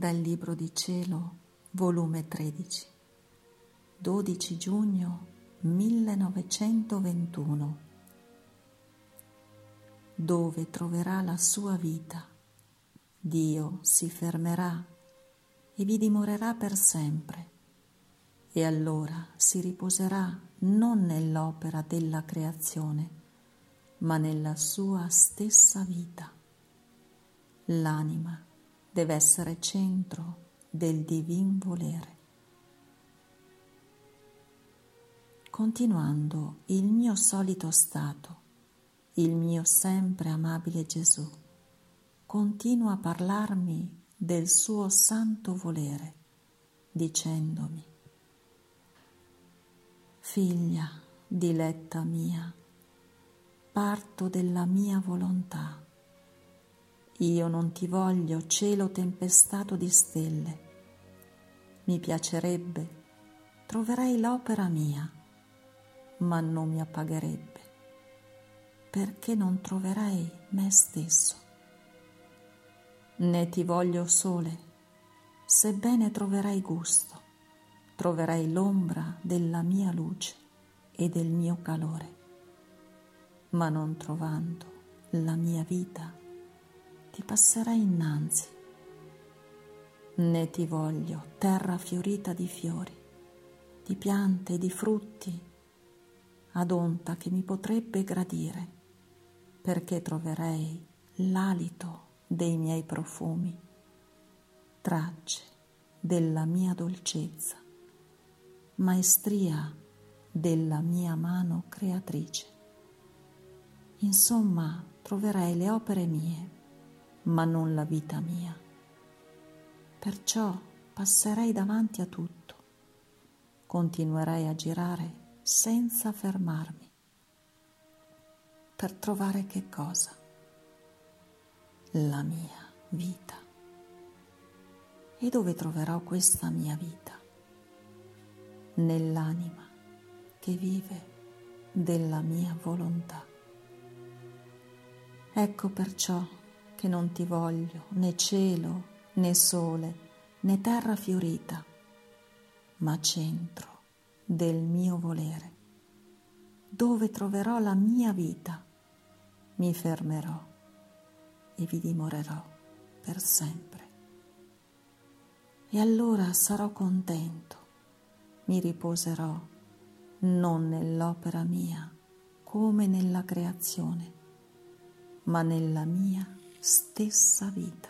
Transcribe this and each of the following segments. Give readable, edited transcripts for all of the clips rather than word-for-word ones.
Dal Libro di Cielo, volume 13, 12 giugno 1921. Dove troverà la sua vita, Dio si fermerà e vi dimorerà per sempre, e allora si riposerà non nell'opera della creazione, ma nella sua stessa vita. L'anima deve essere centro del divin volere. Continuando il mio solito stato, il mio sempre amabile Gesù continua a parlarmi del suo santo volere, dicendomi: figlia diletta mia, parto della mia volontà. Io non ti voglio cielo tempestato di stelle. Mi piacerebbe, troverei l'opera mia, ma non mi appagherebbe, perché non troverei me stesso. Né ti voglio sole, sebbene troverei gusto, troverei l'ombra della mia luce e del mio calore, ma non trovando la mia vita, ti passerei innanzi. Né ti voglio terra fiorita di fiori, di piante e di frutti, ad onta che mi potrebbe gradire, perché troverei l'alito dei miei profumi, tracce della mia dolcezza, maestria della mia mano creatrice. Insomma, troverei le opere mie, ma non la vita mia. Perciò passerei davanti a tutto, continuerei a girare senza fermarmi, per trovare che cosa? La mia vita. E dove troverò questa mia vita? Nell'anima che vive della mia volontà. Ecco perciò che non ti voglio né cielo, né sole, né terra fiorita, ma centro del mio volere. Dove troverò la mia vita, mi fermerò e vi dimorerò per sempre. E allora sarò contento, mi riposerò non nell'opera mia come nella creazione, ma nella mia stessa vita.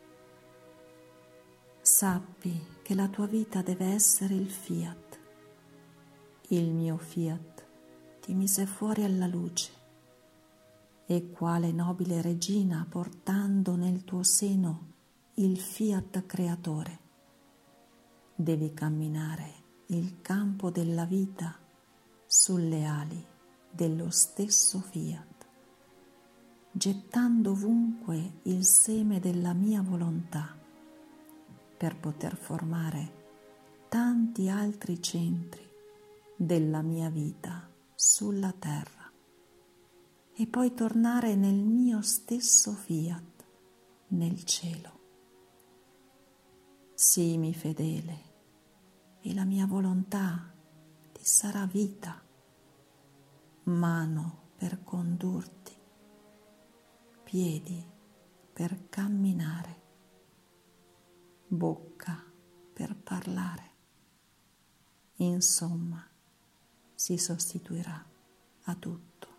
Sappi che la tua vita deve essere il fiat. Il mio fiat ti mise fuori alla luce, e quale nobile regina portando nel tuo seno il fiat creatore, devi camminare il campo della vita sulle ali dello stesso fiat, gettando ovunque il seme della mia volontà, per poter formare tanti altri centri della mia vita sulla terra, e poi tornare nel mio stesso fiat nel cielo. Sii fedele, e la mia volontà ti sarà vita, mano per condurti, piedi per camminare, bocca per parlare. Insomma, si sostituirà a tutto.